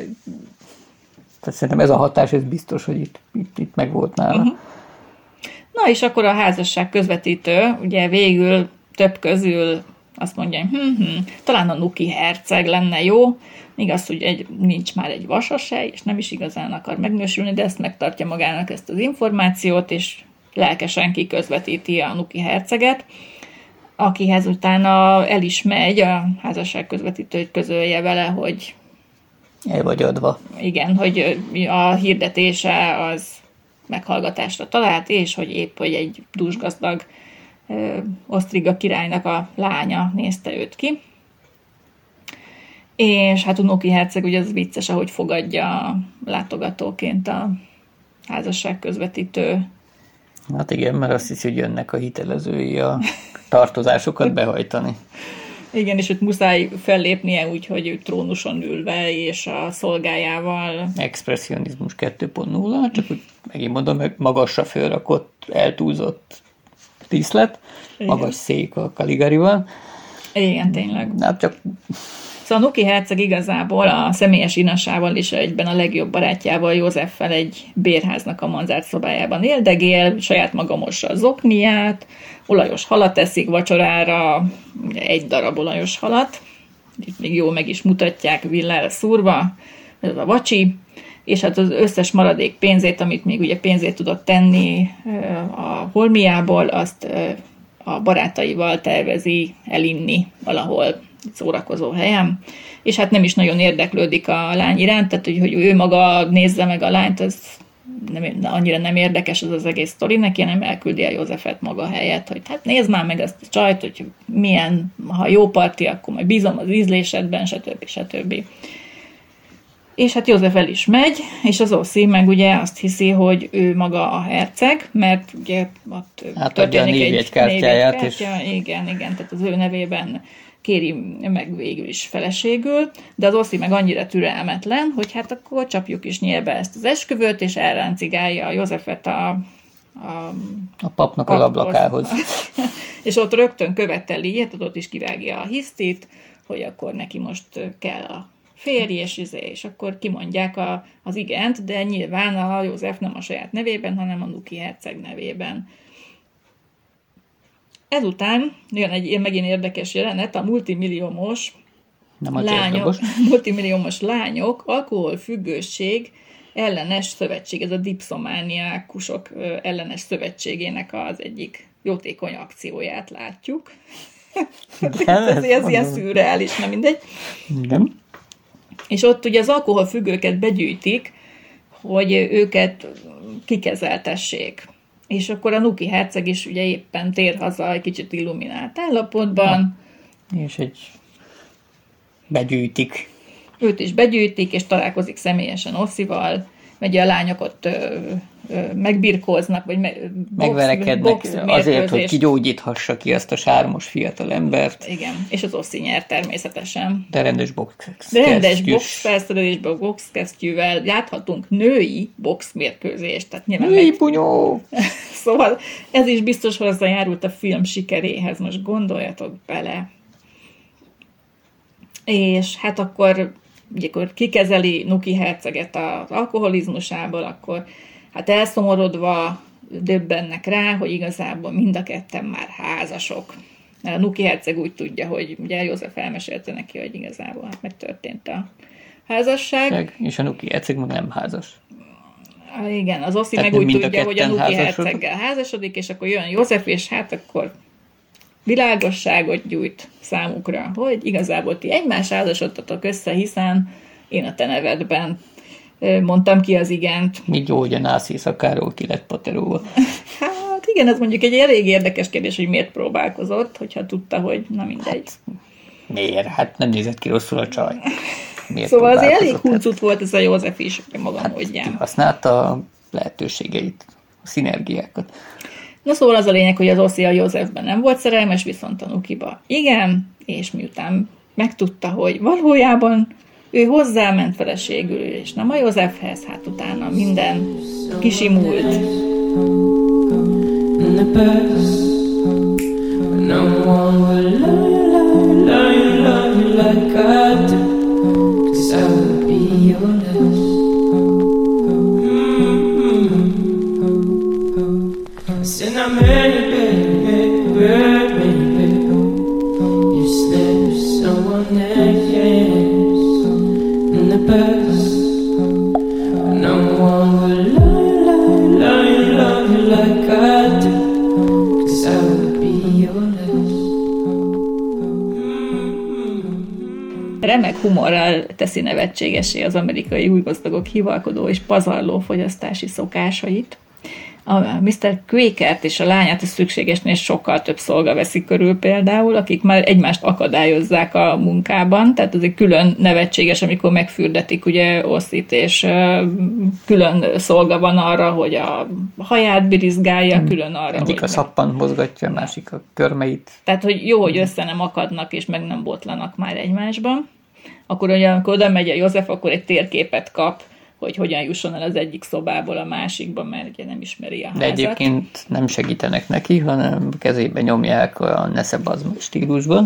tehát szerintem ez a hatás, ez biztos, hogy itt meg volt nála. Na és akkor a házasság közvetítő, ugye végül több közül azt mondja, hogy talán a Nuki herceg lenne jó, igaz, hogy nincs már egy vasasej, és nem is igazán akar megnősülni, de ezt megtartja magának ezt az információt, és lelkesen kiközvetíti a Nuki herceget, akihez utána el is megy a házasság közvetítő, hogy közölje vele, hogy el vagy adva. Igen, hogy a hirdetése az meghallgatásra talált, és hogy épp, hogy egy dúsgazdag osztriga királynak a lánya nézte őt ki. És hát Unoki herceg ugye az vicces, ahogy fogadja látogatóként a házasság közvetítő. Hát igen, mert azt hiszi, hogy jönnek a hitelezői a tartozásokat behajtani. Igen, és őt muszáj fellépnie úgy, hogy ő trónuson ülve, és a szolgájával. Expressionizmus 2.0, csak úgy megint mondom, hogy magasra fölrakott, eltúlzott díszlet, magas szék a Caligarival. Igen, tényleg. Hát csak... Szóval Nuki herceg igazából a személyes inasával és egyben a legjobb barátjával, Józseffel egy bérháznak a manzárt szobájában éldegél, saját maga mossa a zokniát, olajos halat eszik vacsorára, ugye egy darab olajos halat, itt még jól meg is mutatják villára szúrva, ez a vacsi, és hát az összes maradék pénzét, amit még ugye pénzét tudott tenni a holmiából, azt a barátaival tervezi elinni valahol szórakozó helyen, és hát nem is nagyon érdeklődik a lány iránt, tehát hogy ő maga nézze meg a lányt, az annyira nem érdekes az az egész sztori neki, hanem elküldi a Józsefet maga helyett, hogy hát nézd már meg ezt a csajt, hogy milyen, ha jó parti, akkor majd bízom az ízlésedben, stb. És hát József el is megy, és az Oszi meg ugye azt hiszi, hogy ő maga a herceg, mert ugye ott történik egy névjegykártyáját. Igen, tehát az ő nevében kéri meg végül is feleségül, de az Oszi meg annyira türelmetlen, hogy hát akkor csapjuk is nyílbe ezt az esküvőt, és elráncigálja a Józsefet a papnak az ablakához. És ott rögtön követeli, hát ott is kivágja a hisztit, hogy akkor neki most kell a férj, és akkor kimondják az igent, de nyilván a József nem a saját nevében, hanem a Nuki herceg nevében. Ezután jön egy megint érdekes jelenet, a multimilliómos lányok alkoholfüggőség ellenes szövetség, ez a dipszomániákusok ellenes szövetségének az egyik jótékony akcióját látjuk. Ez ilyen szürreális, nem mindegy. Igen. És ott ugye az alkoholfüggőket begyűjtik, hogy őket kikezeltessék. És akkor a Nuki herceg is ugye éppen tér haza egy kicsit illuminált állapotban. És begyűjtik. Őt is begyűjtik, és találkozik személyesen Osszival, Ugye a lányok ott megbirkóznak, vagy megverekednek azért, hogy kigyógyíthassa ki ezt a sármos fiatal embert. Igen, és az Oszi nyer természetesen. De rendes boxfelszerelésből, boxkesztyűvel láthatunk női boxmérkőzést. Tehát női bunyó! Szóval ez is biztos hozzájárult a film sikeréhez, most gondoljatok bele. És hát akkor kikezeli Nuki herceget az alkoholizmusából, akkor hát elszomorodva döbbennek rá, hogy igazából mind a ketten már házasok. Mert a Nuki herceg úgy tudja, hogy ugye József elmesélte neki, hogy igazából hát megtörtént a házasság. És a Nuki herceg meg nem házas. Igen, az Oszi meg úgy tudja, hogy a Nuki herceggel házasodik, és akkor jön József, és hát akkor világosságot gyújt számukra, hogy igazából ti egymás házasodtatok össze, hiszen én a te nevedben mondtam ki az igent. Mi gyógyanász éjszakáról ki lett pateróval. Hát igen, ez mondjuk egy elég érdekes kérdés, hogy miért próbálkozott, hogyha tudta, hogy na mindegy. Miért? Hát nem nézett ki rosszul a csaj. Miért szóval azért elég huncut volt ez a József is, magam módján. Használta a lehetőségeit, a szinergiákat. Na szóval az a lényeg, hogy az Oszi a Józsefben nem volt szerelmes, viszont a Nukiba igen, és miután megtudta, hogy valójában ő hozzáment feleségül, és nem a Józsefhez, hát utána minden kisimult. Remek humorral teszi nevetségesé az amerikai újgazdagok hivalkodó és pazarló fogyasztási szokásait. A Mr. Quakert és a lányát is szükségesnél sokkal több szolga veszi körül például, akik már egymást akadályozzák a munkában, tehát ez egy külön nevetséges, amikor megfürdetik ugye Oszit, és külön szolga van arra, hogy a haját birizgálja, külön arra, egyik a szappant mozgatja, a másik a körmeit. Tehát, hogy jó, hogy össze nem akadnak, és meg nem botlanak már egymásban. Akkor ugye, amikor oda megy a József, akkor egy térképet kap, hogy hogyan jusson el az egyik szobából a másikba, mert ugye nem ismeri a házat. De egyébként nem segítenek neki, hanem kezébe nyomják a neszebazm stílusban.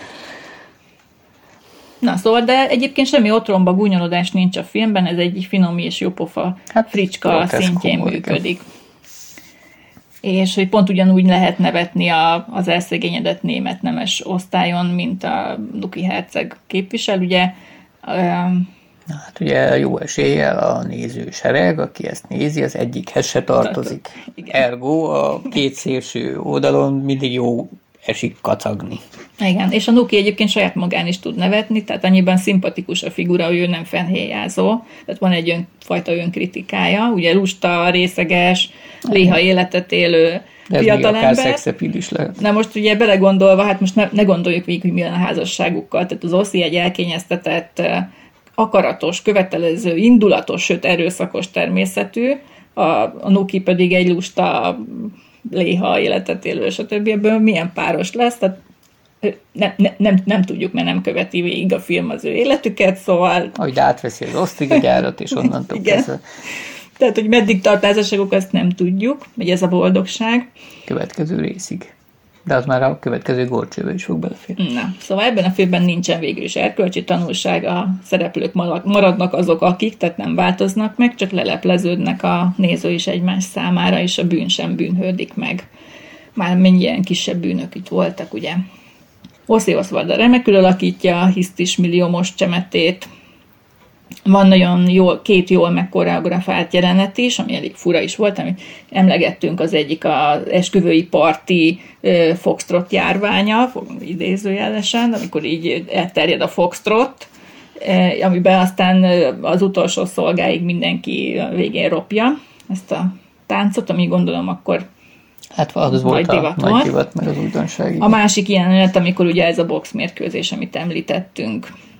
Na szóval, de egyébként semmi otromba, gúnyolódás nincs a filmben, ez egy finom és jópofa fricska szintjén működik. És hogy pont ugyanúgy lehet nevetni az elszegényedett német nemes osztályon, mint a Nuki herceg képvisel, ugye. Hát ugye jó eséllyel a nézősereg, aki ezt nézi, az egyikhez se tartozik. Ergo a két szélső oldalon mindig jó esik kacagni. Igen, és a Nuki egyébként saját magán is tud nevetni, tehát annyiban szimpatikus a figura, hogy ő nem fennhéjázó, tehát van egy fajta önkritikája, ugye lusta, részeges, léha életet élő fiatalember. Ez szexepil is lehet. Na most ugye belegondolva, hát most ne gondoljuk végig, hogy milyen a házasságukkal, tehát az Oszi egy elkényeztetett, akaratos, követelező, indulatos, sőt erőszakos természetű, a Nuki pedig egy lusta, léha életet élő, stb. Ebből milyen páros lesz, tehát nem tudjuk, mert nem követi végig a film az ő életüket, szóval... Ahogy átveszi az osztrigagyárat, és onnantól kezdve. Tehát, hogy meddig tart házasságuk, azt nem tudjuk, hogy ez a boldogság. Következő részig. De az már a következő górcsőbe is fog beleférni. Na, szóval ebben a filmben nincsen végül is erkölcsi tanulság, a szereplők maradnak azok, akik, tehát nem változnak meg, csak lelepleződnek a néző is egymás számára, és a bűn sem bűnhődik meg. Már mennyien kisebb bűnök itt voltak, ugye. Oszi Oswald remekül alakítja a hisztis milliómos csemetét. Van nagyon két jól megkoreografált jelenet is, ami elég fura is volt, amit emlegettünk, az egyik az esküvői parti foxtrot járványa, idézőjelesen, amikor így elterjed a foxtrot, amiben aztán az utolsó szolgáig mindenki végén ropja ezt a táncot, ami gondolom akkor hát az volt a nagy divat, meg az újdonság. A másik ilyen jelenet, amikor ugye ez a boxmérkőzés, amit említettünk.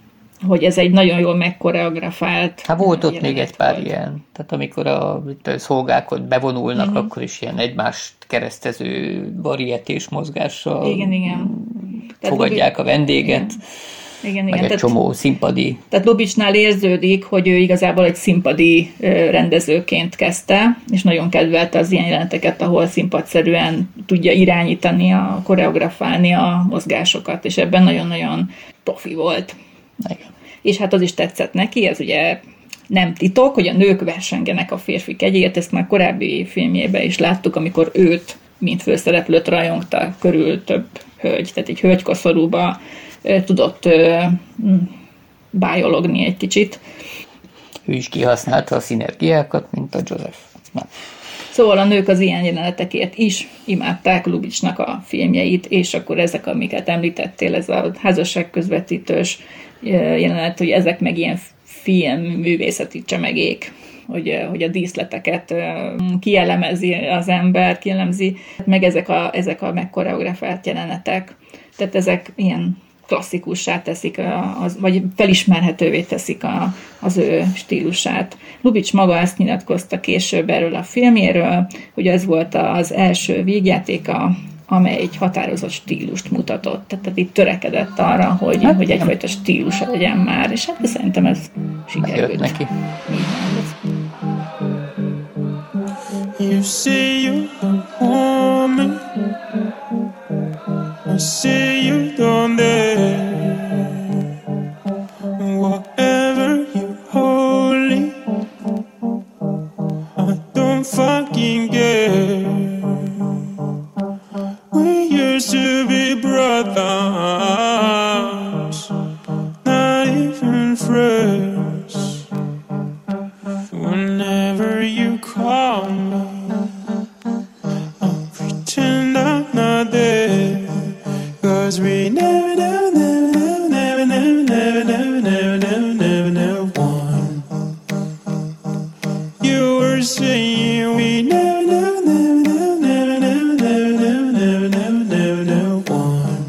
hogy ez egy nagyon jól megkoreografált. Hát volt ott még egy pár ilyen, tehát amikor a szolgák ott bevonulnak, akkor is ilyen egymást keresztező varietés mozgással igen. fogadják a vendéget. Igen, meg egy csomó színpadi. Tehát Lubitschnál érződik, hogy ő igazából egy színpadi rendezőként kezdte, és nagyon kedvelte az ilyen jeleneteket, ahol színpadszerűen tudja irányítani, koreografálni a mozgásokat, és ebben nagyon-nagyon profi volt. Igen. És hát az is tetszett neki, ez ugye nem titok, hogy a nők versengenek a férfi kegyért, ezt már korábbi filmjében is láttuk, amikor őt, mint főszereplőt rajongta körül több hölgy, tehát egy hölgykoszorúba tudott bájologni egy kicsit. Ő is kihasználta a szinergiákat, mint a Joseph. Na. Szóval a nők az ilyen jelenetekért is imádták Lubitschnak a filmjeit, és akkor ezek, amiket említettél, ez a házasságközvetítős jelenet, hogy ezek meg ilyen filmművészeti csemegék, hogy a díszleteket kielemezi az ember, kielemzi, meg ezek a megkoreografált jelenetek. Tehát ezek ilyen klasszikussá teszik, vagy felismerhetővé teszik az ő stílusát. Lubitsch maga ezt nyilatkozta később erről a filmjéről, hogy ez volt az első vígjátéka, amely egy határozott stílust mutatott. Tehát itt törekedett arra, hogy egyfajta stílusa legyen már, és hát szerintem ez sikerült. Neki. You say you want me, I say you don't dare. Whatever you holy, I don't fucking care. We used to be brothers, not even friends. Whenever you call me, I'll pretend I'm not there. 'Cause we never won. You were saying we never won.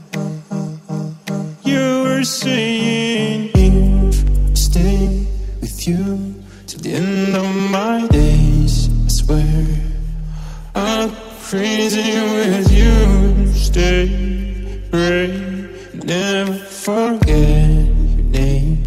You were saying if I stay with you till the end of my days, I swear I'm crazy with you. Stay, pray, never forget your name.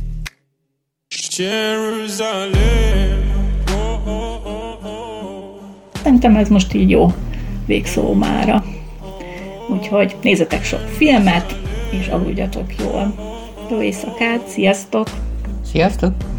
Jerusalem. Oh, oh, oh, oh. Szerintem ez most így jó végszó mára. Úgyhogy nézzetek sok filmet, és aludjatok jól. Jó éjszakát, sziasztok! Sziasztok!